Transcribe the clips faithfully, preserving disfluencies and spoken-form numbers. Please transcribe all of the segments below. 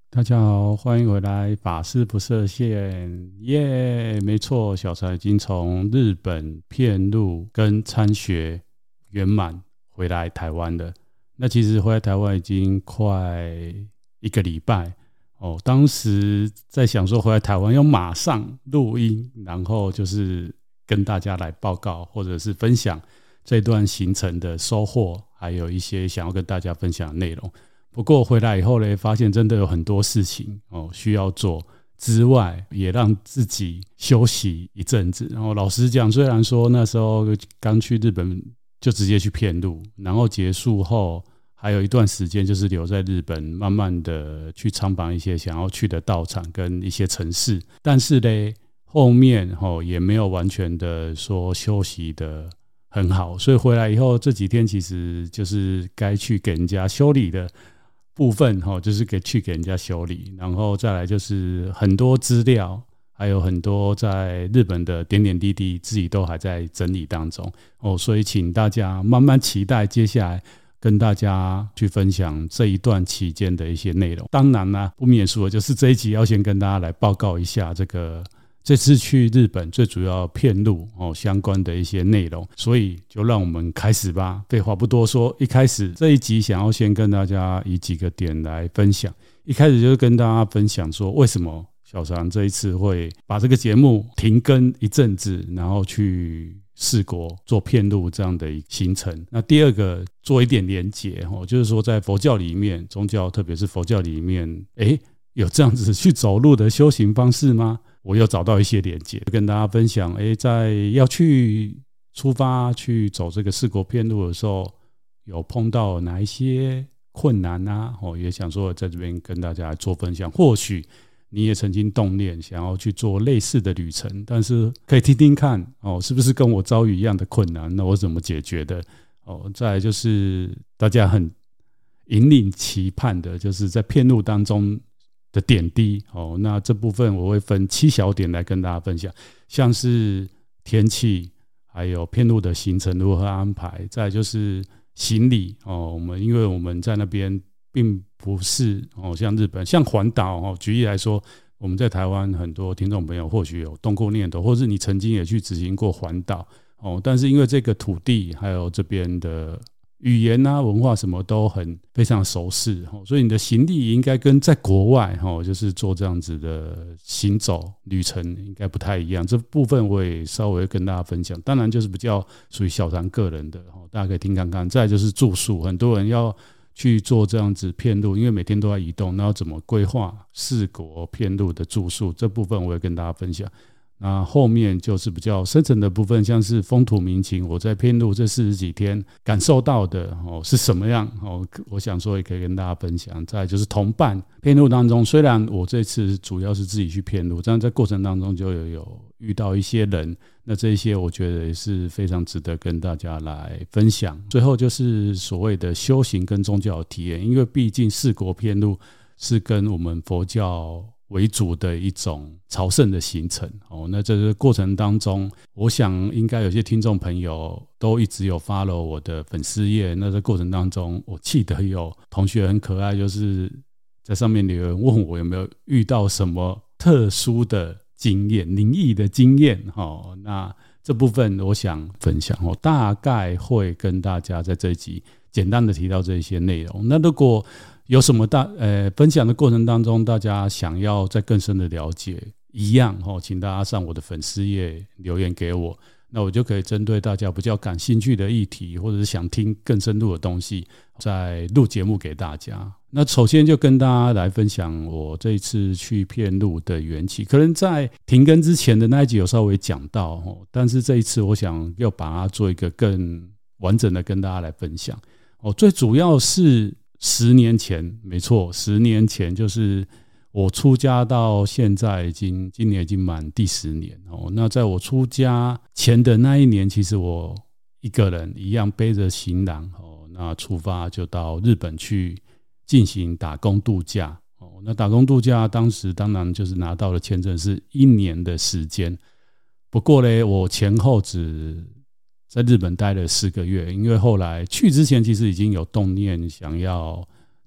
大家好，欢迎回来，法师不设限，耶、yeah, 没错，小柴已经从日本遍路跟参学圆满回来台湾了。那其实回来台湾已经快一个礼拜哦。当时在想说回来台湾要马上录音，然后就是跟大家来报告或者是分享这段行程的收获，还有一些想要跟大家分享的内容。不过回来以后呢，发现真的有很多事情哦需要做，之外也让自己休息一阵子。然后老实讲，虽然说那时候刚去日本就直接去遍路，然后结束后还有一段时间就是留在日本，慢慢的去参访一些想要去的道场跟一些城市。但是呢，后面哦也没有完全的说休息的很好，所以回来以后这几天其实就是该去给人家修理的部分就是给去给人家修理，然后再来就是很多资料，还有很多在日本的点点滴滴，自己都还在整理当中哦，所以请大家慢慢期待接下来跟大家去分享这一段期间的一些内容。当然呢，不免俗的就是这一集要先跟大家来报告一下这个这次去日本最主要遍路、哦、相关的一些内容，所以就让我们开始吧。废话不多说，一开始这一集想要先跟大家以几个点来分享。一开始就是跟大家分享说，为什么小常这一次会把这个节目停更一阵子，然后去四国做遍路这样的一个行程。那第二个做一点连结、哦、就是说在佛教里面，宗教特别是佛教里面，诶有这样子去走路的修行方式吗？我有找到一些连结跟大家分享。诶在要去出发去走这个四国遍路的时候，有碰到哪一些困难啊、哦、也想说在这边跟大家做分享。或许你也曾经动念想要去做类似的旅程，但是可以听听看、哦、是不是跟我遭遇一样的困难，那我怎么解决的、哦、再来就是大家很引领期盼的，就是在遍路当中的点滴、哦、那这部分我会分七小点来跟大家分享，像是天气，还有遍路的行程如何安排，再来就是行李、哦、我们因为我们在那边并不是、哦、像日本像环岛、哦、举例来说，我们在台湾很多听众朋友或许有动过念头，或是你曾经也去执行过环岛、哦、但是因为这个土地还有这边的语言啊文化什么都很非常熟识，所以你的行李应该跟在国外就是做这样子的行走旅程应该不太一样。这部分我也稍微跟大家分享，当然就是比较属于小常个人的，大家可以听看看。再来就是住宿，很多人要去做这样子遍路，因为每天都在移动，然后怎么规划四国遍路的住宿，这部分我也跟大家分享。那后面就是比较深层的部分，像是风土民情，我在遍路这四十几天感受到的、哦、是什么样、哦、我想说也可以跟大家分享。再来就是同伴遍路当中，虽然我这次主要是自己去遍路，但在过程当中就有有遇到一些人，那这些我觉得也是非常值得跟大家来分享。最后就是所谓的修行跟宗教的体验，因为毕竟四国遍路是跟我们佛教为主的一种朝圣的行程、哦、那这个过程当中，我想应该有些听众朋友都一直有 follow 我的粉丝页，那在过程当中我记得有同学很可爱，就是在上面留言问我有没有遇到什么特殊的经验，灵异的经验、哦、那这部分我想分享、哦、大概会跟大家在这一集简单的提到这些内容。那如果有什么大呃分享的过程当中，大家想要再更深的了解，一样、哦、请大家上我的粉丝页留言给我，那我就可以针对大家比较感兴趣的议题，或者是想听更深入的东西，再录节目给大家。那首先就跟大家来分享我这一次去遍路的缘起，可能在停更之前的那一集有稍微讲到、哦、但是这一次我想要把它做一个更完整的跟大家来分享、哦、最主要是十年前，没错，十年前就是我出家到现在已经今年已经满第十年、哦、那在我出家前的那一年，其实我一个人一样背着行囊、哦、那出发就到日本去进行打工度假、哦、那打工度假当时当然就是拿到了签证是一年的时间，不过呢我前后只在日本待了四个月，因为后来去之前其实已经有动念想要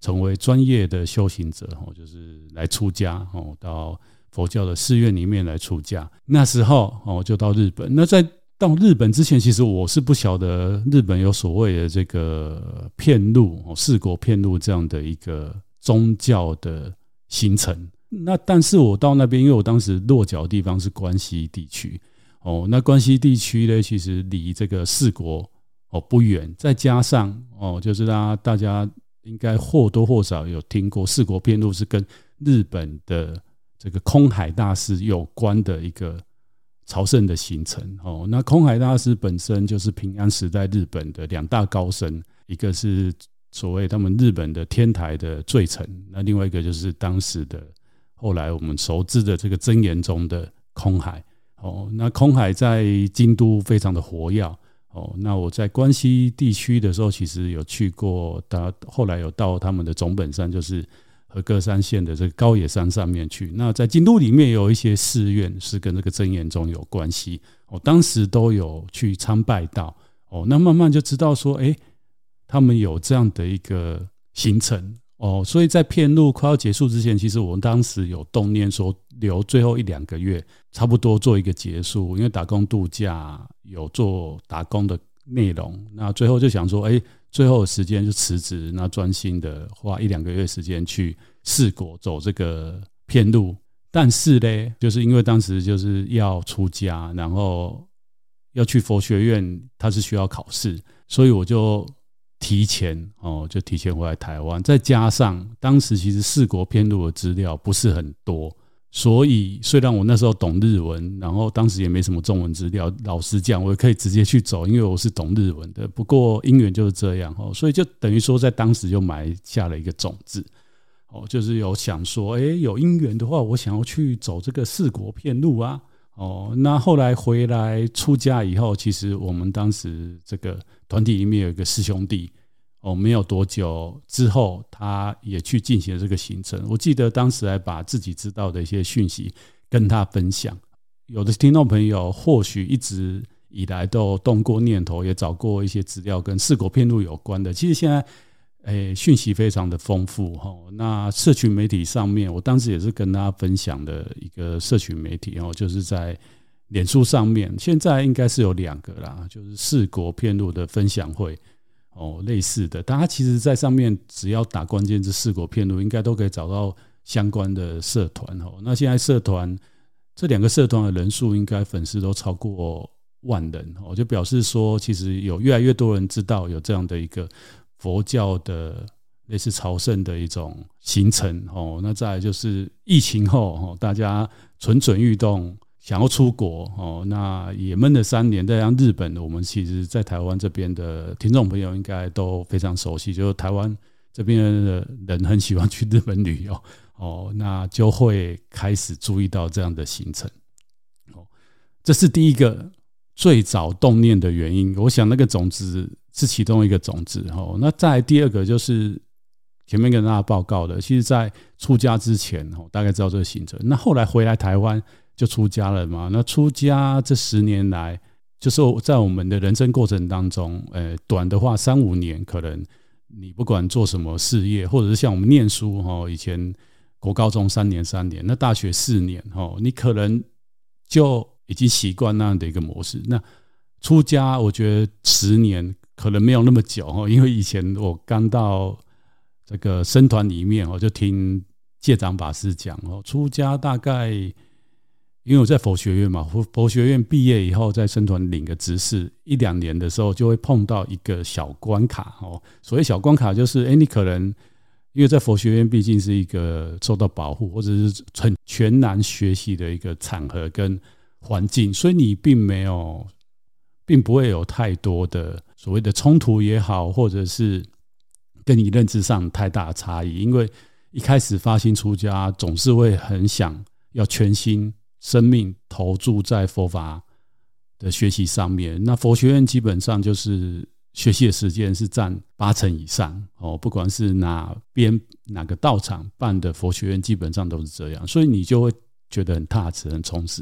成为专业的修行者，就是来出家，到佛教的寺院里面来出家。那时候就到日本。那在到日本之前，其实我是不晓得日本有所谓的这个遍路四国遍路这样的一个宗教的行程。那但是我到那边，因为我当时落脚的地方是关西地区哦，那关西地区呢，其实离这个四国哦不远，再加上哦，就是大家大家应该或多或少有听过，四国遍路是跟日本的这个空海大师有关的一个朝圣的行程哦。那空海大师本身就是平安时代日本的两大高僧，一个是所谓他们日本的天台的最澄，那另外一个就是当时的后来我们熟知的这个真言宗的空海哦。那空海在京都非常的活跃哦。那我在关西地区的时候，其实有去过，后来有到他们的总本山，就是和歌山县的这个高野山上面去。那在京都里面有一些寺院是跟这个真言宗有关系，我当时都有去参拜到哦。那慢慢就知道说，哎，他们有这样的一个行程哦。所以在遍路快要结束之前，其实我当时有动念说，留最后一两个月，差不多做一个结束，因为打工度假有做打工的内容，那最后就想说，哎。最后的时间就辞职，那专心的花一两个月时间去四国走这个遍路。但是呢，就是因为当时就是要出家，然后要去佛学院，它是需要考试，所以我就提前哦，就提前回来台湾。再加上当时其实四国遍路的资料不是很多。所以虽然我那时候懂日文，然后当时也没什么中文资料，老实讲我也可以直接去走，因为我是懂日文的。不过因缘就是这样，所以就等于说在当时就埋下了一个种子，就是有想说诶有因缘的话，我想要去走这个四国遍路啊。那后来回来出家以后，其实我们当时这个团体里面有一个师兄弟哦，没有多久之后，他也去进行了这个行程。我记得当时还把自己知道的一些讯息跟他分享。有的听众朋友或许一直以来都有动过念头，也找过一些资料跟四国遍路有关的。其实现在，诶，讯息非常的丰富哈。那社群媒体上面，我当时也是跟大家分享的一个社群媒体哦，就是在脸书上面，现在应该是有两个啦，就是四国遍路的分享会。哦，类似的，大家其实在上面只要打关键字四国遍路，应该都可以找到相关的社团。那现在社团这两个社团的人数，应该粉丝都超过万人，就表示说其实有越来越多人知道有这样的一个佛教的类似朝圣的一种行程。那再来就是疫情后大家蠢蠢欲动，想要出国哦，那也闷了三年。再像日本，我们其实在台湾这边的听众朋友应该都非常熟悉，就是台湾这边的人很喜欢去日本旅游哦，那就会开始注意到这样的行程哦。这是第一个最早动念的原因，我想那个种子是其中一个种子哦。那再来第二个就是前面跟大家报告的，其实在出家之前哦，大概知道这个行程。那后来回来台湾。就出家了嘛？那出家这十年来，就是在我们的人生过程当中，呃，短的话三五年，可能你不管做什么事业，或者是像我们念书哈，以前国高中三年三年，那大学四年哈，你可能就已经习惯那样的一个模式。那出家，我觉得十年可能没有那么久哈，因为以前我刚到这个僧团里面，我就听戒长法师讲哦，出家大概。因为我在佛学院嘛，佛学院毕业以后，在僧团领个执事，一两年的时候就会碰到一个小关卡哦。所谓小关卡就是，哎，你可能因为在佛学院毕竟是一个受到保护或者是很全然学习的一个场合跟环境，所以你并没有，并不会有太多的所谓的冲突也好，或者是跟你认知上太大的差异。因为一开始发心出家，总是会很想要全心。生命投注在佛法的学习上面，那佛学院基本上就是学习的时间是占八成以上哦，不管是哪边哪个道场办的佛学院，基本上都是这样，所以你就会觉得很踏实、很充实。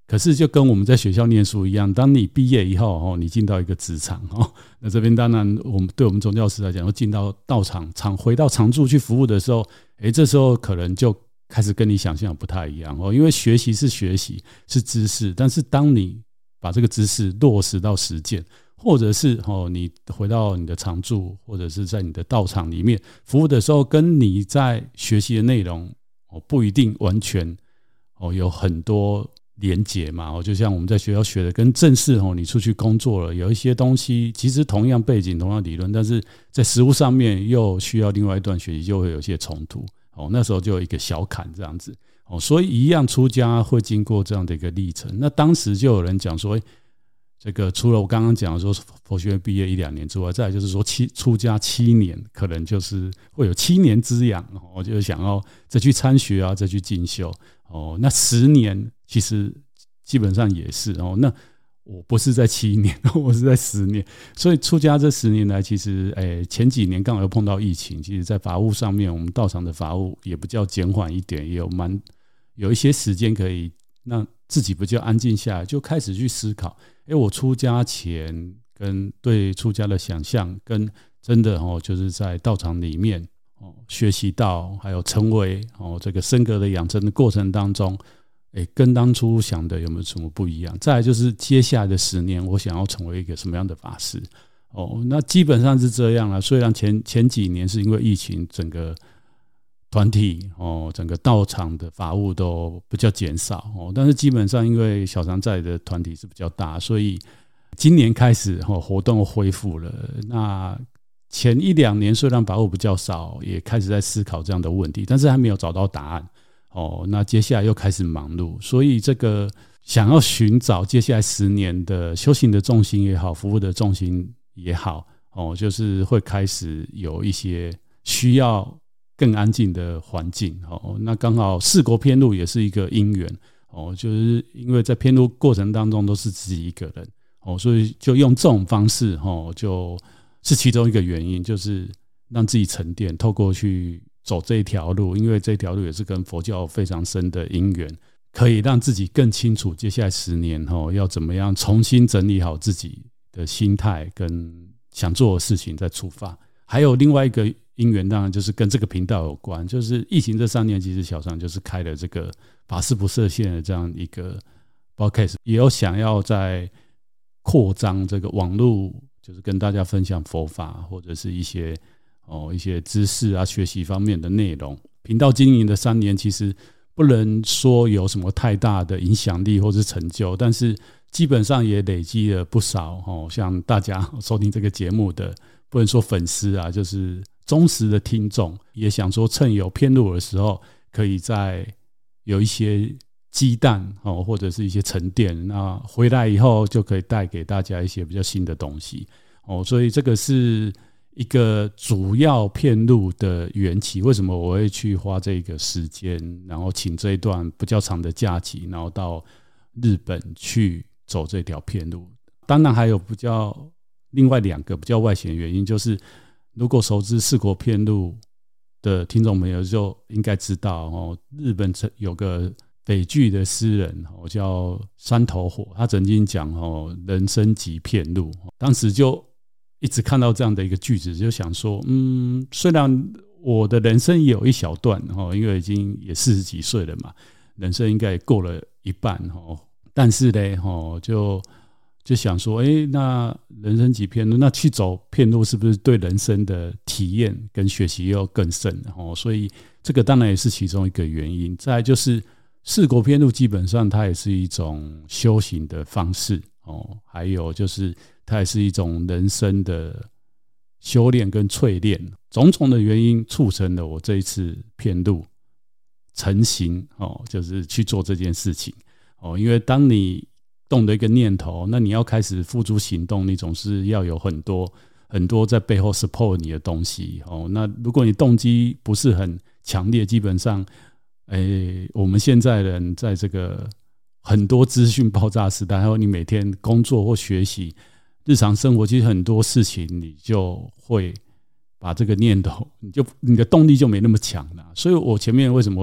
可是就跟我们在学校念书一样，当你毕业以后，你进到一个职场，那这边当然我们对我们宗教师来讲，进到道场场回到常住去服务的时候，诶，这时候可能就开始跟你想象不太一样，因为学习是学习是知识，但是当你把这个知识落实到实践，或者是你回到你的常住，或者是在你的道场里面服务的时候，跟你在学习的内容不一定完全有很多连结嘛，就像我们在学校学的跟正式你出去工作了，有一些东西其实同样背景同样理论，但是在实务上面又需要另外一段学习，就会有一些冲突，那时候就有一个小坎这样子，所以一样出家会经过这样的一个历程。那当时就有人讲说，这个除了我刚刚讲说佛学院毕业一两年之外，再来就是说七出家七年，可能就是会有七年之痒，我就想要再去参学啊，再去进修。哦，那十年其实基本上也是哦。那我不是在七年，我是在十年。所以出家这十年来，其实诶前几年刚好又碰到疫情，其实在法务上面，我们道场的法务也比较减缓一点，也有蛮有一些时间可以让自己比较安静下来，就开始去思考。诶，我出家前跟对出家的想象，跟真的哦，就是在道场里面哦学习到，还有成为哦这个身格的养成的过程当中，诶，跟当初想的有没有什么不一样？再来就是接下来的十年，我想要成为一个什么样的法师？哦，那基本上是这样啦。虽然前前几年是因为疫情，整个团体哦，整个道场的法务都比较减少哦，但是基本上因为小常在的团体是比较大，所以今年开始哦活动恢复了。那前一两年虽然法务比较少，也开始在思考这样的问题，但是还没有找到答案哦。那接下来又开始忙碌，所以这个想要寻找接下来十年的修行的重心也好，服务的重心也好哦，就是会开始有一些需要更安静的环境，那刚好四国遍路也是一个因缘，就是因为在遍路过程当中都是自己一个人，所以就用这种方式，就是其中一个原因，就是让自己沉淀，透过去走这一条路，因为这条路也是跟佛教非常深的因缘，可以让自己更清楚接下来十年要怎么样重新整理好自己的心态跟想做的事情再出发。还有另外一个因缘，当然就是跟这个频道有关，就是疫情这三年，其实小常就是开了这个法师不设限的这样一个 podcast， 也有想要在扩张这个网络，就是跟大家分享佛法或者是一些哦一些知识啊学习方面的内容。频道经营的三年，其实不能说有什么太大的影响力或是成就，但是基本上也累积了不少哦，像大家收听这个节目的，不能说粉丝啊，就是忠实的听众，也想说趁有遍路的时候，可以再有一些鸡蛋或者是一些沉淀，那回来以后就可以带给大家一些比较新的东西，所以这个是一个主要遍路的缘起。为什么我会去花这个时间，然后请这一段比较长的假期，然后到日本去走这条遍路？当然还有比较另外两个比较外显的原因，就是如果熟知四国遍路的听众朋友就应该知道，日本有个北俱的诗人叫山头火，他曾经讲人生即遍路，当时就一直看到这样的一个句子，就想说嗯，虽然我的人生也有一小段，因为已经也四十几岁了嘛，人生应该也过了一半，但是呢就就想说，哎，那人生即遍路，那去走遍路是不是对人生的体验跟学习又更深？所以这个当然也是其中一个原因。再来就是四国遍路，基本上它也是一种修行的方式，还有就是它也是一种人生的修炼跟淬炼，种种的原因促成了我这一次遍路成型，就是去做这件事情。因为当你动的一个念头，那你要开始付诸行动，你总是要有很多很多在背后 support 你的东西。那如果你动机不是很强烈，基本上诶，我们现在人在这个很多资讯爆炸时代，还有你每天工作或学习日常生活，其实很多事情你就会把这个念头，你就你的动力就没那么强了。所以我前面为什么会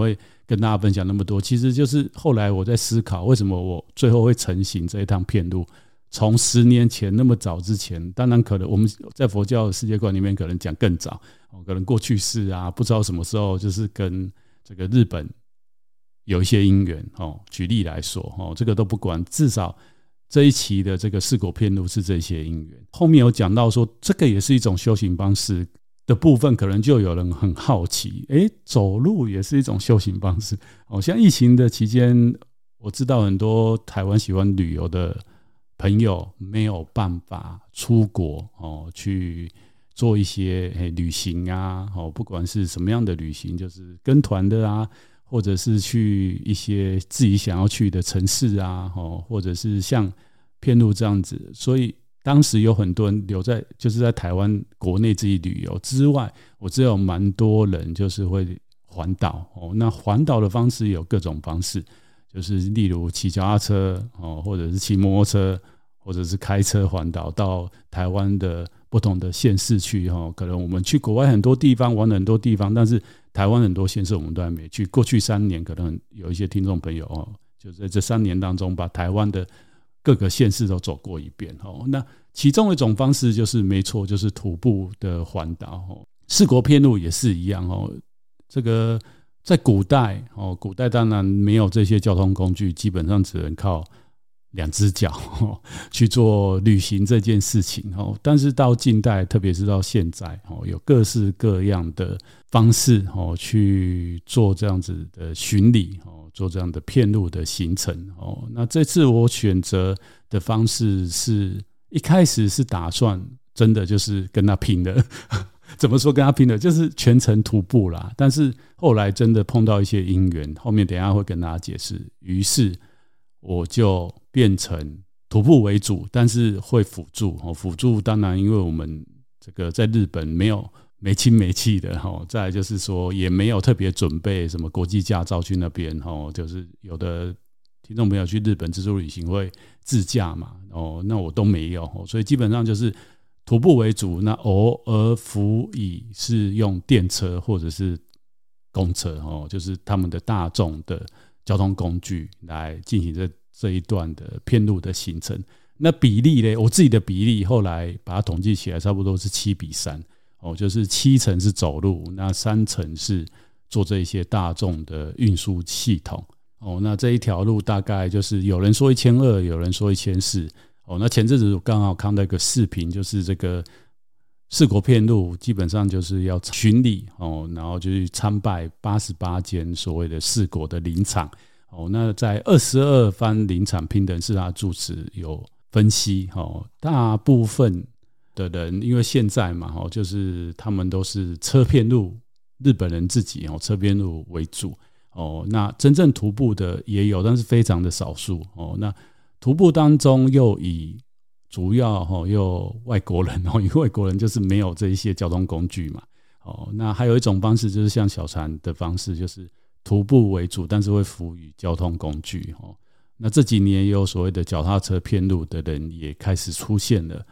跟大家分享那么多，其实就是后来我在思考，为什么我最后会成型这一趟遍路。从十年前那么早之前，当然可能我们在佛教的世界观里面可能讲更早，可能过去式啊，不知道什么时候就是跟这个日本有一些因缘。举例来说，这个都不管，至少这一期的这个四果遍路是这些因缘。后面有讲到说，这个也是一种修行方式的部分，可能就有人很好奇，诶，走路也是一种修行方式。像疫情的期间，我知道很多台湾喜欢旅游的朋友没有办法出国、哦、去做一些旅行啊、哦、不管是什么样的旅行，就是跟团的啊，或者是去一些自己想要去的城市啊、哦、或者是像遍路这样子。所以当时有很多人留在就是在台湾国内自己旅游之外，我知道有蛮多人就是会环岛、哦、那环岛的方式有各种方式，就是例如骑脚踏车、哦、或者是骑摩托车，或者是开车环岛到台湾的不同的县市去、哦、可能我们去国外很多地方玩了很多地方，但是台湾很多县市我们都还没去。过去三年可能有一些听众朋友、哦、就在这三年当中把台湾的各个县市都走过一遍、哦、那其中一种方式就是没错，就是徒步的环岛、哦、四国遍路也是一样、哦、这个在古代、哦、古代当然没有这些交通工具，基本上只能靠两只脚、哦、去做旅行这件事情、哦、但是到近代特别是到现在、哦、有各式各样的方式、哦、去做这样子的巡礼、哦、做这样的遍路的行程、哦、那这次我选择的方式是一开始是打算真的就是跟他拼的怎么说跟他拼的，就是全程徒步啦，但是后来真的碰到一些因缘，后面等一下会跟大家解释，于是我就变成徒步为主，但是会辅助。辅助当然因为我们这个在日本没有没亲没戚的，再来就是说也没有特别准备什么国际驾照去那边，就是有的听众朋友去日本自助旅行会自驾嘛，那我都没有，所以基本上就是徒步为主，那偶尔辅以是用电车或者是公车，就是他们的大众的交通工具来进行 这, 这一段的遍路的行程。那比例呢，我自己的比例后来把它统计起来差不多是七比三，就是七成是走路，那三成是做这些大众的运输系统。那这一条路大概就是有人说一千二，有人说一千四。哦，那前阵子我刚好看到一个视频，就是这个四国遍路基本上就是要巡礼、哦、然后就去参拜八十八间所谓的四国的林场、哦、那在二十二番林场平等是他住持有分析、哦、大部分的人因为现在嘛、哦、就是他们都是车遍路，日本人自己、哦、车遍路为主、哦、那真正徒步的也有，但是非常的少数、哦、那徒步当中又以主要又外国人，因为外国人就是没有这一些交通工具嘛。那还有一种方式就是像小禅的方式，就是徒步为主，但是会辅以交通工具。那这几年也有所谓的脚踏车遍路的人也开始出现了。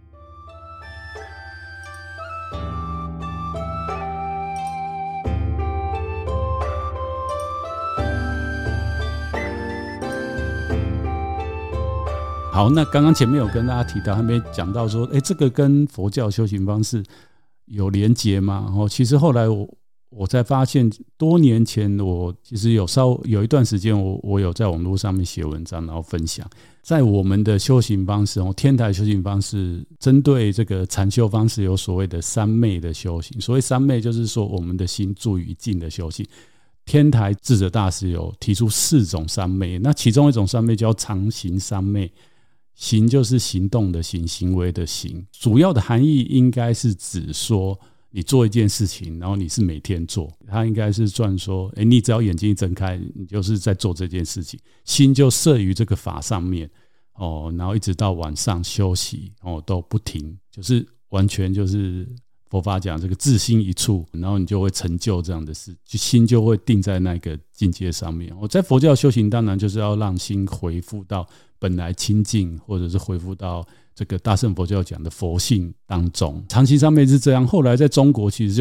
好，那刚刚前面有跟大家提到，还没讲到说，哎，这个跟佛教修行方式有连结吗？哦，其实后来我我才发现，多年前我其实有稍有一段时间我，我我有在网络上面写文章，然后分享，在我们的修行方式哦，天台修行方式，针对这个禅修方式有所谓的三昧的修行。所谓三昧，就是说我们的心住于静的修行。天台智者大师有提出四种三昧，那其中一种三昧叫常行三昧。行就是行动的行，行为的行，主要的含义应该是指说你做一件事情，然后你是每天做，它应该是算说，欸，你只要眼睛一睁开，你就是在做这件事情，心就摄于这个法上面，哦，然后一直到晚上休息，哦，都不停，就是完全就是佛法讲这个自心一处，然后你就会成就这样的事，就心就会定在那个境界上面。我在佛教修行当然就是要让心回复到本来清净，或者是恢复到这个大乘佛教讲的佛性当中。长期上面是这样，后来在中国其实就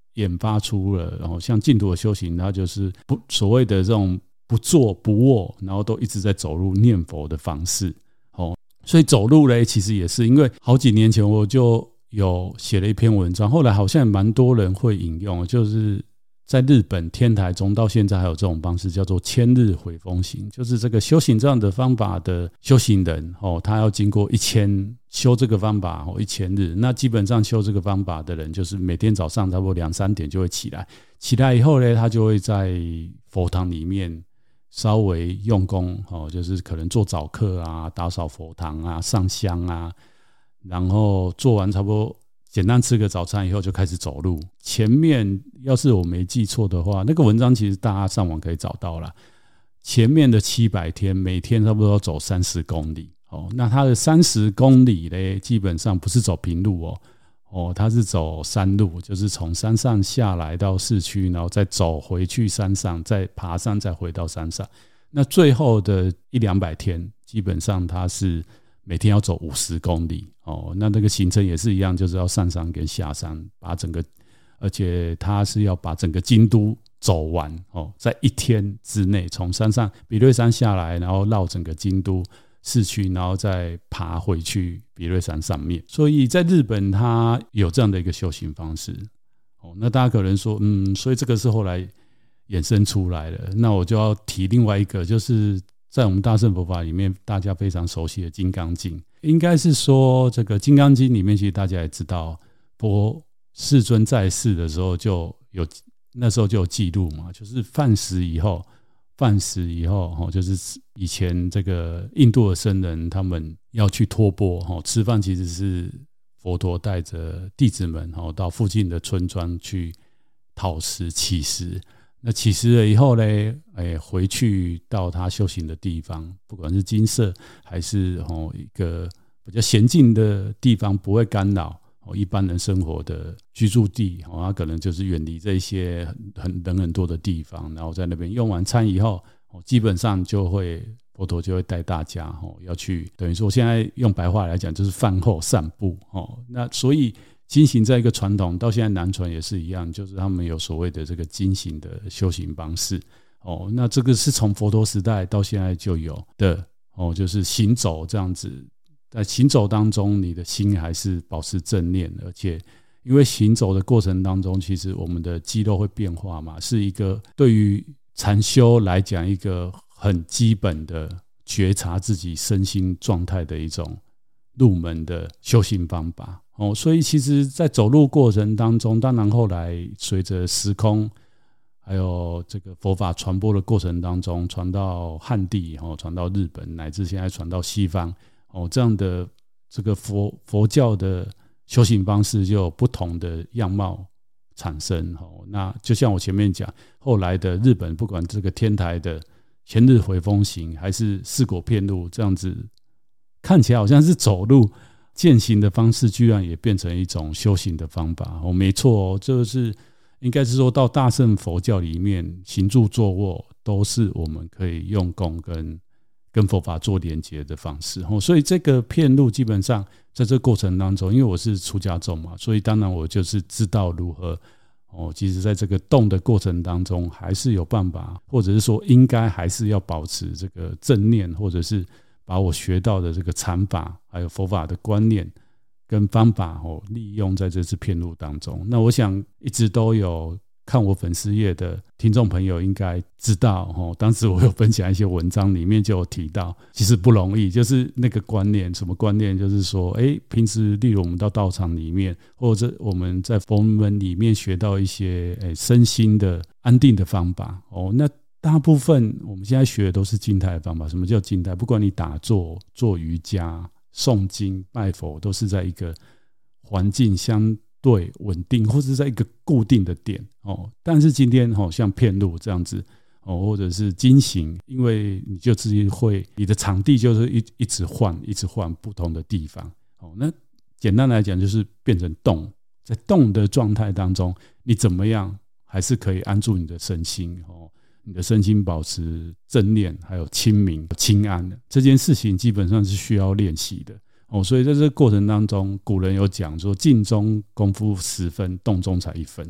研发出了，然后像净土的修行，它就是不所谓的这种不坐不卧，然后都一直在走路念佛的方式。哦，所以走路嘞，其实也是因为好几年前我就有写了一篇文章，后来好像也蛮多人会引用，就是在日本天台宗到现在还有这种方式，叫做千日回风行，就是这个修行这样的方法的修行人，哦，他要经过一千修这个方法，哦，一千日。那基本上修这个方法的人，就是每天早上差不多两三点就会起来，起来以后呢，他就会在佛堂里面稍微用功，哦，就是可能做早课啊，打扫佛堂啊，上香啊，然后做完差不多简单吃个早餐以后就开始走路。前面要是我没记错的话，那个文章其实大家上网可以找到啦，前面的七百天每天差不多要走三十公里。哦，那它的三十公里呢，基本上不是走平路哦，哦，它是走山路，就是从山上下来到市区，然后再走回去山上，再爬山，再回到山上。那最后的一两百天，基本上它是每天要走五十公里。哦，那这个行程也是一样，就是要上山跟下山，把整个，而且它是要把整个京都走完。哦，在一天之内，从山上比叡山下来，然后绕整个京都市区，然后再爬回去比叡山上面。所以在日本它有这样的一个修行方式。哦，那大家可能说，嗯，所以这个是后来衍生出来的。那我就要提另外一个，就是在我们大乘佛法里面大家非常熟悉的《金刚经》。应该是说这个《金刚经》里面，其实大家也知道，佛世尊在世的时候就有，那时候就有记录嘛，就是饭食以后，饭食以后，就是以前这个印度的僧人他们要去托钵，吃饭其实是佛陀带着弟子们到附近的村庄去讨食乞食。那乞食了以后呢，哎，回去到他修行的地方，不管是精舍还是一个比较娴静的地方，不会干扰一般人生活的居住地，他可能就是远离这些很人很多的地方，然后在那边用完餐以后，基本上就会佛陀就会带大家要去，等于说现在用白话来讲就是饭后散步。那所以经行在一个传统，到现在南传也是一样，就是他们有所谓的这个经行的修行方式。哦，那这个是从佛陀时代到现在就有的。哦，就是行走这样子，在行走当中，你的心还是保持正念，而且因为行走的过程当中，其实我们的肌肉会变化嘛，是一个对于禅修来讲一个很基本的觉察自己身心状态的一种入门的修行方法。哦，所以其实在走路过程当中，当然后来随着时空还有这个佛法传播的过程当中，传到汉地，传到日本，乃至现在传到西方，这样的这个 佛, 佛教的修行方式就有不同的样貌产生。那就像我前面讲，后来的日本不管这个天台的千日回风行还是四果遍路，这样子看起来好像是走路践行的方式，居然也变成一种修行的方法。哦，没错哦，就是应该是说到大乘佛教里面，行住坐卧都是我们可以用功跟跟佛法做连结的方式。哦，所以这个遍路基本上在这个过程当中，因为我是出家众嘛，所以当然我就是知道如何哦，其实在这个动的过程当中，还是有办法，或者是说应该还是要保持这个正念，或者是把我学到的这个禅法还有佛法的观念跟方法利用在这次遍路当中。那我想一直都有看我粉丝页的听众朋友应该知道，当时我有分享一些文章，里面就有提到其实不容易，就是那个观念。什么观念？就是说诶平时例如我们到道场里面，或者我们在佛门里面学到一些诶身心的安定的方法，那大部分我们现在学的都是静态的方法。什么叫静态？不管你打坐、做瑜伽、诵经、拜佛，都是在一个环境相对稳定，或是在一个固定的点。但是今天像遍路这样子，或者是经行，因为你就自己会，你的场地就是一一直换，一直换不同的地方。那简单来讲，就是变成动，在动的状态当中，你怎么样还是可以安住你的身心。你的身心保持正念还有清明清安的这件事情基本上是需要练习的。哦，所以在这个过程当中，古人有讲说静中功夫十分，动中才一分。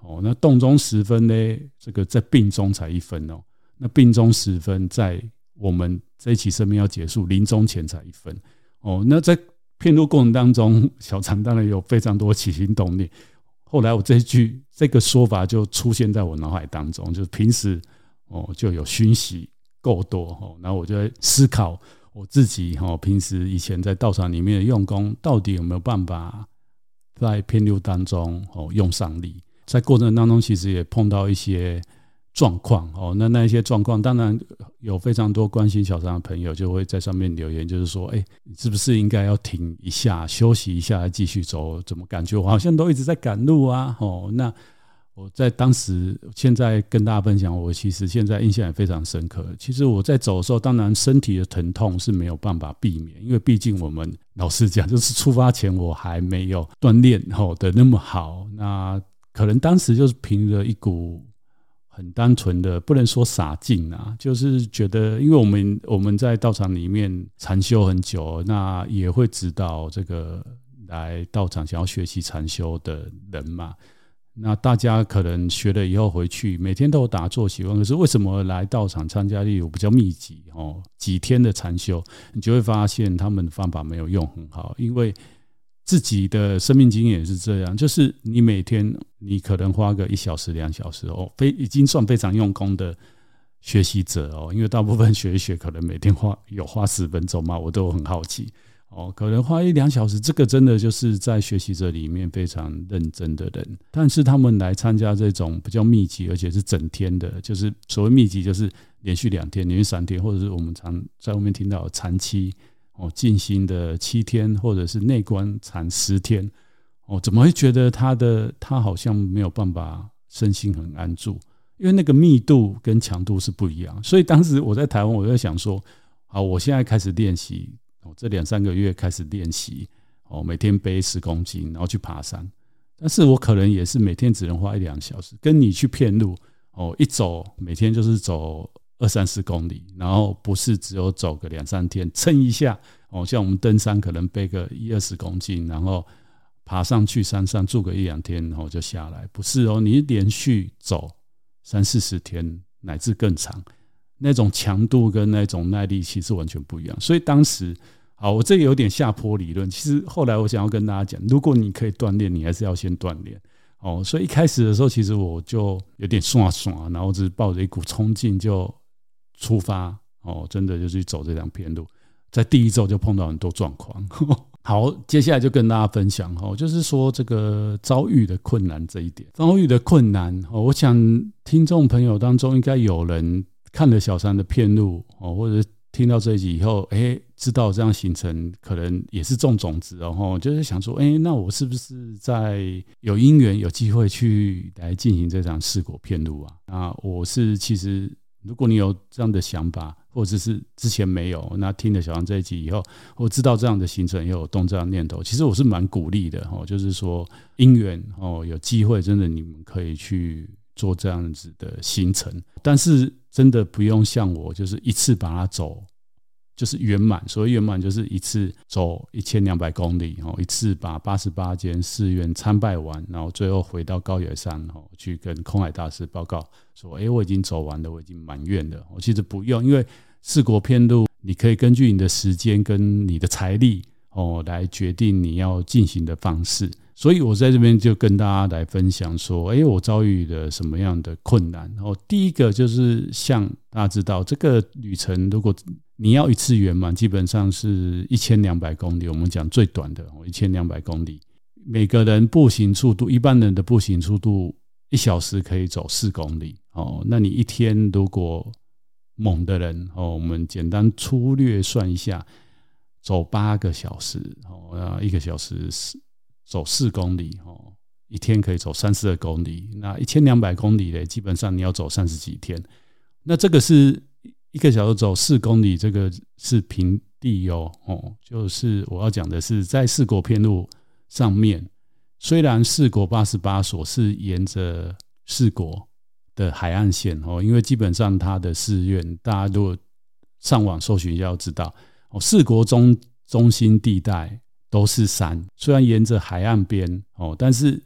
哦，那动中十分呢，这个在病中才一分哦。那病中十分，在我们这一期生命要结束临终前才一分哦。那在片路过程当中，小常当然有非常多起心动念。后来我这一句这个说法就出现在我脑海当中，就是平时哦就有熏习够多哦，然后我就在思考我自己哦，平时以前在道场里面的用功，到底有没有办法在片路当中哦用上力？在过程当中，其实也碰到一些状况哦，那那一些状况，当然有非常多关心小常的朋友就会在上面留言，就是说，哎，你是不是应该要停一下，休息一下，再继续走？怎么感觉我好像都一直在赶路啊？哦，那我在当时，现在跟大家分享，我其实现在印象也非常深刻。其实我在走的时候，当然身体的疼痛是没有办法避免，因为毕竟我们老实讲，就是出发前我还没有锻炼的那么好，那可能当时就是凭着一股很单纯的，不能说洒劲啊，就是觉得，因为我们我们在道场里面禅修很久，那也会指导这个来道场想要学习禅修的人嘛。那大家可能学了以后回去，每天都有打坐习惯，可是为什么来道场参加例如比较密集哦几天的禅修，你就会发现他们的方法没有用很好，因为自己的生命经验也是这样，就是你每天你可能花个一小时两小时哦，非已经算非常用功的学习者哦，因为大部分学一学可能每天花有花十分钟嘛，我都很好奇哦，可能花一两小时，这个真的就是在学习者里面非常认真的人，但是他们来参加这种比较密集而且是整天的，就是所谓密集就是连续两天连续三天，或者是我们常在外面听到的禅期哦，静心的七天，或者是内观禅十天，哦，怎么会觉得他的他好像没有办法身心很安住？因为那个密度跟强度是不一样。所以当时我在台湾，我在想说，好，我现在开始练习，哦，这两三个月开始练习，哦，每天背十公斤，然后去爬山。但是我可能也是每天只能花一两小时，跟你去遍路，哦，一走每天就是走二三十公里，然后不是只有走个两三天，撑一下哦，像我们登山可能背个一二十公斤，然后爬上去山上住个一两天，然后就下来，不是哦，你连续走三四十天乃至更长，那种强度跟那种耐力其实完全不一样。所以当时，好，我这个有点下坡理论，其实后来我想要跟大家讲，如果你可以锻炼，你还是要先锻炼。哦，所以一开始的时候，其实我就有点耍耍，然后只是抱着一股冲劲就出发，哦，真的就去走这两片路，在第一周就碰到很多状况。好，接下来就跟大家分享，就是说这个遭遇的困难这一点。遭遇的困难，我想听众朋友当中应该有人看了小常的片路，或者听到这一集以后，哎，知道这样行程可能也是种种子哦，就是想说，哎，那我是不是在有因缘有机会去来进行这场四果片路啊？那我是其实，如果你有这样的想法，或者是之前没有，那听了小常这一集以后，我知道这样的行程也有动这样的念头，其实我是蛮鼓励的哦，就是说因缘哦，有机会真的你们可以去做这样子的行程，但是真的不用像我，就是一次把它走，就是圆满。所谓圆满，就是一次走一千两百公里，一次把八十八间寺院参拜完，然后最后回到高野山去跟空海大师报告说：“哎，我已经走完了，我已经满愿了。”我其实不用，因为四国片路，你可以根据你的时间跟你的财力哦来决定你要进行的方式。所以我在这边就跟大家来分享说，哎，我遭遇了什么样的困难。然后第一个就是像大家知道，这个旅程如果你要一次圆满，基本上是一千两百公里，我们讲最短的一千两百公里，每个人步行速度，一般人的步行速度一小时可以走四公里哦。那你一天如果猛的人哦，我们简单粗略算一下，走八个小时哦，一个小时走四公里哦，一天可以走三十二公里，那一千两百公里呢，基本上你要走三十几天。那这个是一个小时走四公里，这个是平地哦，哦，就是我要讲的是在四国片路上面，虽然四国八十八所是沿着四国的海岸线哦，因为基本上它的寺院，大家如果上网搜寻一下要知道哦，四国中中心地带都是山，虽然沿着海岸边哦，但是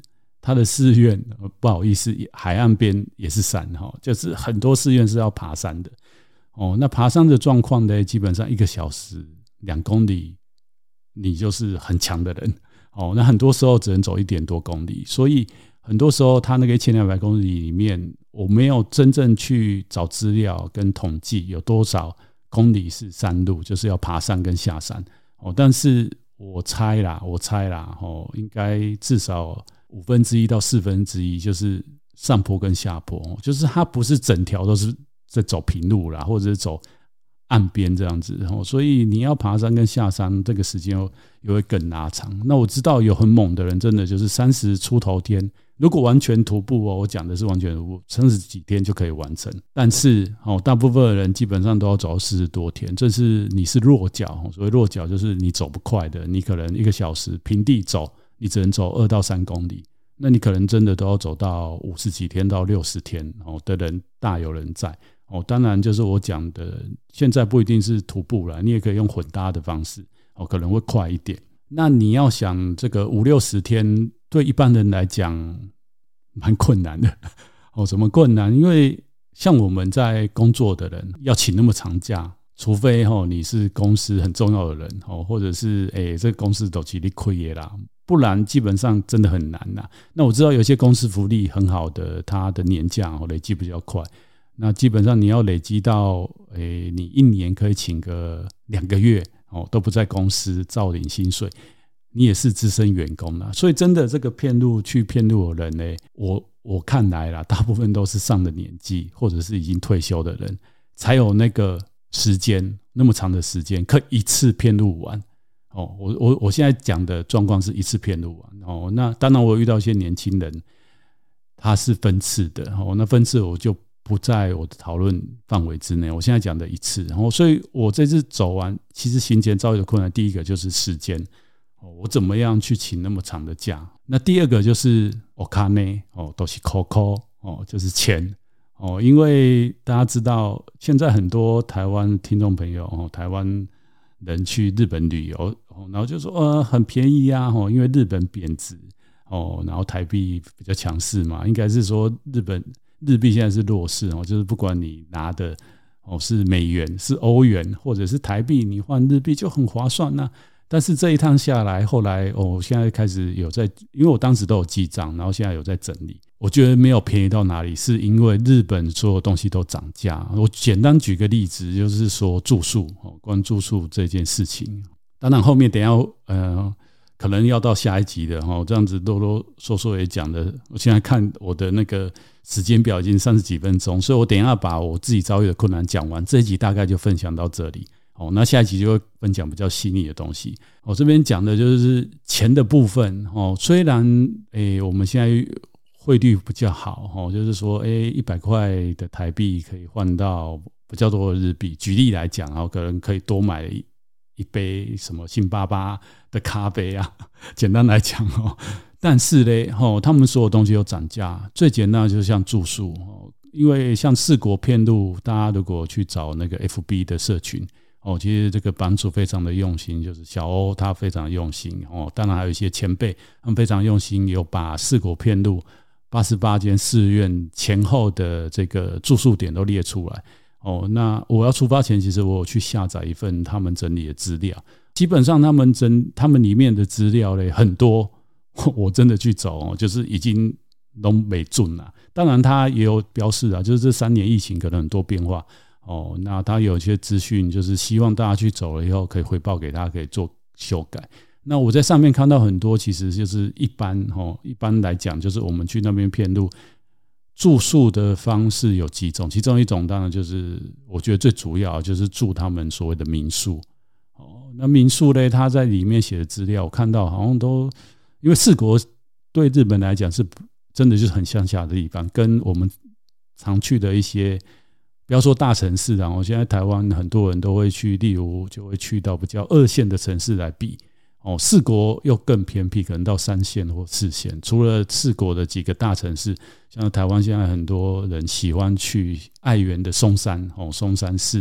它的寺院不好意思，海岸边也是山，就是很多寺院是要爬山的。哦，那爬山的状况呢，基本上一个小时两公里，你就是很强的人。哦，那很多时候只能走一点多公里，所以很多时候他那个一千两百公里里面，我没有真正去找资料跟统计有多少公里是山路，就是要爬山跟下山。哦，但是我猜啦，我猜啦，哦，应该至少五分之一到四分之一就是上坡跟下坡，就是它不是整条都是在走平路啦，或者是走岸边这样子，所以你要爬山跟下山这个时间又会更拉长。那我知道有很猛的人真的就是三十出头天，如果完全徒步哦，我讲的是完全徒步，三十几天就可以完成。但是哦，大部分的人基本上都要走四十多天，这是你是弱脚，所谓弱脚就是你走不快的，你可能一个小时平地走，你只能走二到三公里，那你可能真的都要走到五十几天到六十天的人大有人在。哦，当然就是我讲的，现在不一定是徒步啦，你也可以用混搭的方式，哦，可能会快一点。那你要想这个五六十天，对一般人来讲蛮困难的。哦，怎么困难？因为像我们在工作的人，要请那么长假，除非哦你是公司很重要的人，哦，或者是哎、欸、这个公司都起力亏也啦，不然基本上真的很难啦。那我知道有些公司福利很好的，它的年假哦累积比较快。那基本上你要累积到，诶，你一年可以请个两个月哦，都不在公司照领薪水，你也是资深员工啦。所以真的这个骗路去骗路的人呢，我我看来啦，大部分都是上了年纪或者是已经退休的人，才有那个时间那么长的时间，可以一次骗路完。哦，我我我现在讲的状况是一次骗路完哦。那当然我有遇到一些年轻人，他是分次的哦，那分次我就不在我的讨论范围之内，我现在讲的一次，然后所以我这次走完，其实行前遭遇的困难，第一个就是时间，我怎么样去请那么长的假？那第二个就是お金哦，都是扣扣哦，就是钱哦，因为大家知道现在很多台湾听众朋友哦，台湾人去日本旅游，然后就说呃很便宜啊，因为日本贬值哦，然后台币比较强势嘛，应该是说日本。日币现在是弱势，就是不管你拿的是美元是欧元或者是台币，你换日币就很划算啊。但是这一趟下来，后来我现在开始有在，因为我当时都有记账，然后现在有在整理，我觉得没有便宜到哪里，是因为日本所有东西都涨价。我简单举个例子，就是说住宿，关于住宿这件事情，当然后面等一下呃可能要到下一集的，这样子啰啰嗦嗦也讲的，我现在看我的那个时间表已经三十几分钟，所以我等一下把我自己遭遇的困难讲完，这一集大概就分享到这里。哦，那下一集就会分享比较细腻的东西。我这边讲的就是钱的部分。哦，虽然诶我们现在汇率比较好，哦，就是说诶一百块的台币可以换到比较多的日币。举例来讲，哦，可能可以多买一杯什么星巴巴的咖啡啊，简单来讲哦。但是呢，哦，他们所有东西都涨价，最简单的就是像住宿，因为像四国遍路，大家如果去找那个 F B 的社群，哦，其实这个版主非常的用心，就是小欧他非常用心哦，当然还有一些前辈，他们非常用心，有把四国遍路八十八间寺院前后的这个住宿点都列出来。哦，那我要出发前，其实我有去下载一份他们整理的资料，基本上他们整他们里面的资料嘞很多。我真的去走，就是已经都没准了。当然他也有标示啊，就是这三年疫情可能很多变化哦。那他有一些资讯，就是希望大家去走了以后可以回报给他，可以做修改。那我在上面看到很多，其实就是一般哦，一般来讲，就是我们去那边遍路住宿的方式有几种，其中一种当然就是我觉得最主要就是住他们所谓的民宿哦。那民宿呢，他在里面写的资料，我看到好像都。因为四国对日本来讲是真的就是很乡下的地方，跟我们常去的一些不要说大城市啊，我现在台湾很多人都会去，例如就会去到比较二线的城市来比哦，四国又更偏僻，可能到三线或四线。除了四国的几个大城市，像台湾现在很多人喜欢去爱媛的松山哦，松山市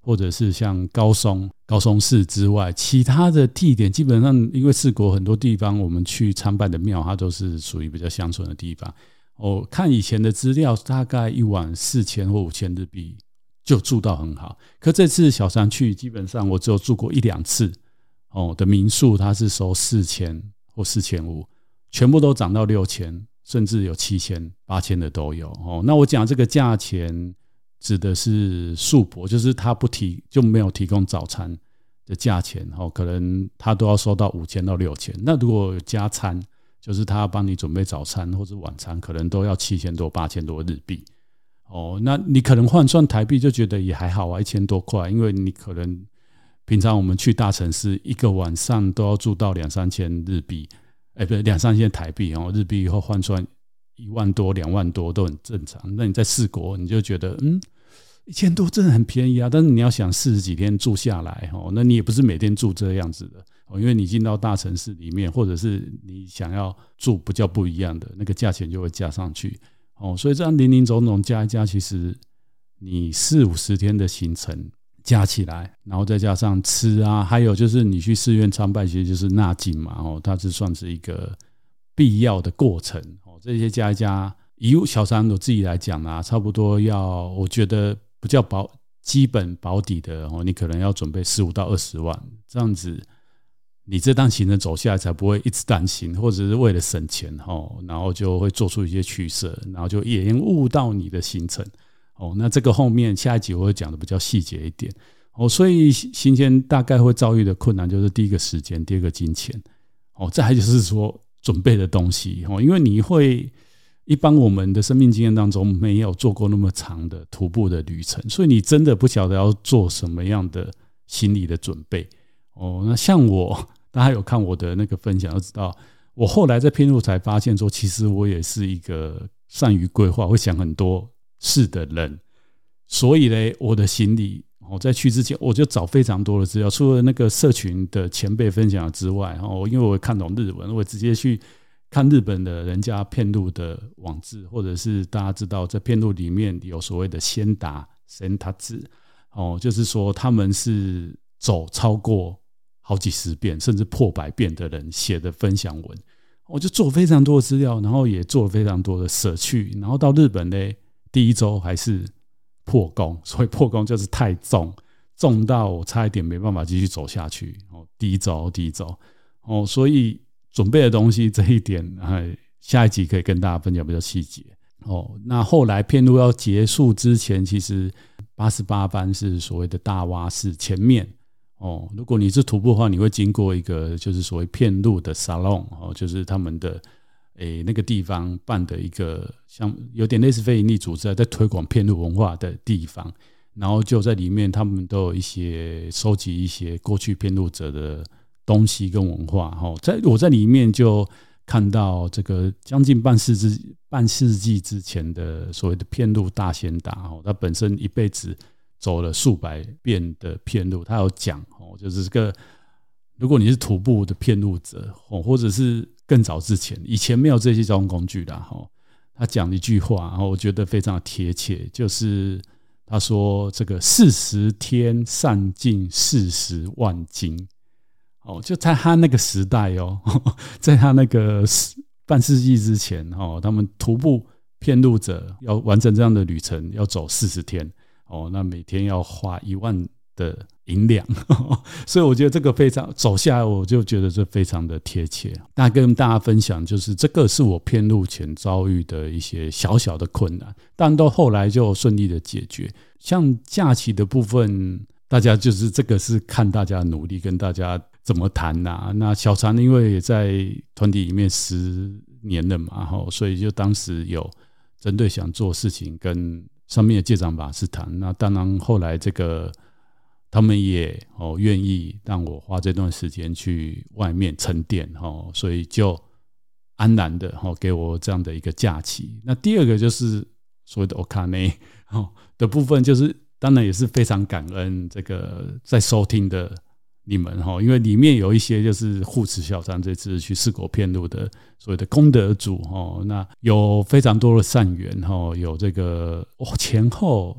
或者是像高松高松寺之外，其他的地点基本上因为四国很多地方我们去参拜的庙它都是属于比较乡村的地方。我看以前的资料大概一晚四千或五千日币就住到很好，可这次小三去基本上我只有住过一两次的民宿，它是收四千或四千五，全部都涨到六千，甚至有七千八千的都有。那我讲这个价钱指的是宿泊，就是他不提就没有提供早餐的价钱，可能他都要收到五千到六千。那如果有加餐，就是他帮你准备早餐或者晚餐，可能都要七千多八千多日币。哦，那你可能换算台币就觉得也还好啊，一千多块，因为你可能平常我们去大城市一个晚上都要住到两三千日币，哎，不是两三千台币哦，日币以后换算一万多两万多都很正常。那你在四国你就觉得嗯。一千多真的很便宜啊，但是你要想四十几天住下来，那你也不是每天住这样子的，因为你进到大城市里面，或者是你想要住比较不一样的，那个价钱就会加上去。所以这样林林总总加一加，其实你四五十天的行程加起来，然后再加上吃啊，还有就是你去寺院参拜，其实就是纳净嘛，它是算是一个必要的过程。这些加一加，以小三我自己来讲啊，差不多要我觉得比较保基本保底的，你可能要准备十五到二十万，这样子你这趟行程走下来才不会一直担心，或者是为了省钱然后就会做出一些取舍，然后就延误到你的行程。那这个后面下一集我会讲的比较细节一点。所以行前大概会遭遇的困难就是第一个时间，第二个金钱，再来就是说准备的东西，因为你会一般我们的生命经验当中没有做过那么长的徒步的旅程，所以你真的不晓得要做什么样的心理的准备。哦，那像我，大家有看我的那个分享就知道，我后来在偏路才发现说，其实我也是一个善于规划、会想很多事的人。所以呢，我的行李，我在去之前我就找非常多的资料，除了那个社群的前辈分享之外，因为我看懂日文，我直接去看日本的人家遍路的网志，或者是大家知道在遍路里面有所谓的先达先达志，就是说他们是走超过好几十遍甚至破百遍的人写的分享文，我就做非常多的资料，然后也做了非常多的舍去，然后到日本呢，第一周还是破功，所以破功就是太重，重到我差一点没办法继续走下去。第一周第一周所以准备的东西这一点，下一集可以跟大家分享比较细节。那后来遍路要结束之前，其实八十八班是所谓的大洼寺前面，如果你是徒步的话，你会经过一个就是所谓遍路的 salon， 就是他们的那个地方办的一个像有点类似非营利组织在推广遍路文化的地方，然后就在里面他们都有一些收集一些过去遍路者的东西跟文化。在我在里面就看到这个将近半世纪半世纪之前的所谓的遍路大仙达，他本身一辈子走了数百遍的遍路，他有讲就是这个如果你是徒步的遍路者，或者是更早之前以前没有这些交通工具啦，他讲一句话我觉得非常贴切，就是他说这个四十天善尽四十万斤，就在他那个时代哦，在他那个半世纪之前，他们徒步遍路者要完成这样的旅程要走四十天，那每天要花一万的银两，所以我觉得这个非常走下来，我就觉得这非常的贴切。那跟大家分享就是这个是我遍路前遭遇的一些小小的困难，但到后来就顺利的解决。像假期的部分，大家就是这个是看大家努力跟大家怎么谈啊。那小禅因为也在团体里面十年了嘛，所以就当时有针对想做事情跟上面的戒长法师谈。那当然后来这个他们也愿意让我花这段时间去外面沉淀，所以就安然的给我这样的一个假期。那第二个就是所谓的 Okane 的部分，就是当然也是非常感恩这个在收听的你们，因为里面有一些就是护持小禅这次去四国遍路的所谓的功德主，那有非常多的善缘，有这个前后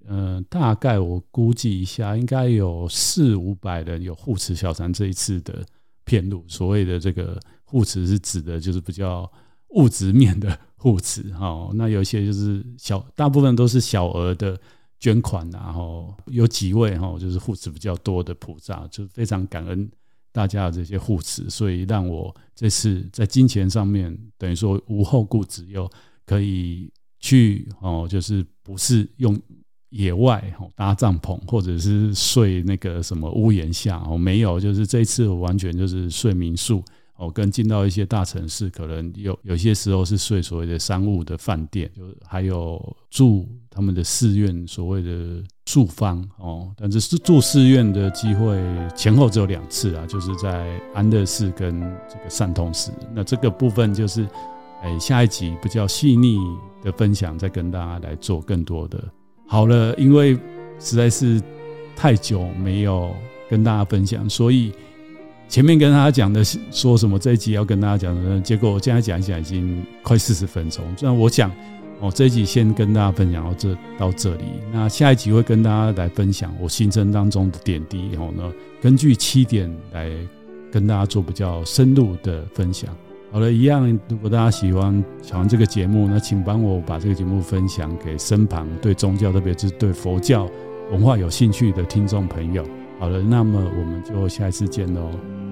呃，大概我估计一下，应该有四五百人有护持小禅这一次的遍路。所谓的这个护持是指的就是比较物质面的护持、哦、那有一些就是小，大部分都是小额的捐款啊，然后有几位、哦、就是护持比较多的菩萨，就非常感恩大家的这些护持，所以让我这次在金钱上面等于说无后顾之忧，可以去、哦、就是不是用野外搭帐篷或者是睡那个什么屋檐下，没有，就是这一次我完全就是睡民宿，跟进到一些大城市，可能有有些时候是睡所谓的商务的饭店，就还有住他们的寺院所谓的宿坊，但是住寺院的机会前后只有两次啊，就是在安乐寺跟这个善通寺。那这个部分就是下一集比较细腻的分享，再跟大家来做更多的。好了，因为实在是太久没有跟大家分享，所以前面跟大家讲的说什么这一集要跟大家讲的，结果我现在讲一讲已经快四十分钟。那我想、哦、这一集先跟大家分享到 这, 到这里，那下一集会跟大家来分享我行程当中的点滴，然后呢，根据七点来跟大家做比较深入的分享。好了，一样，如果大家喜欢喜欢这个节目，那请帮我把这个节目分享给身旁对宗教，特别是对佛教文化有兴趣的听众朋友。好了，那么我们就下一次见喽。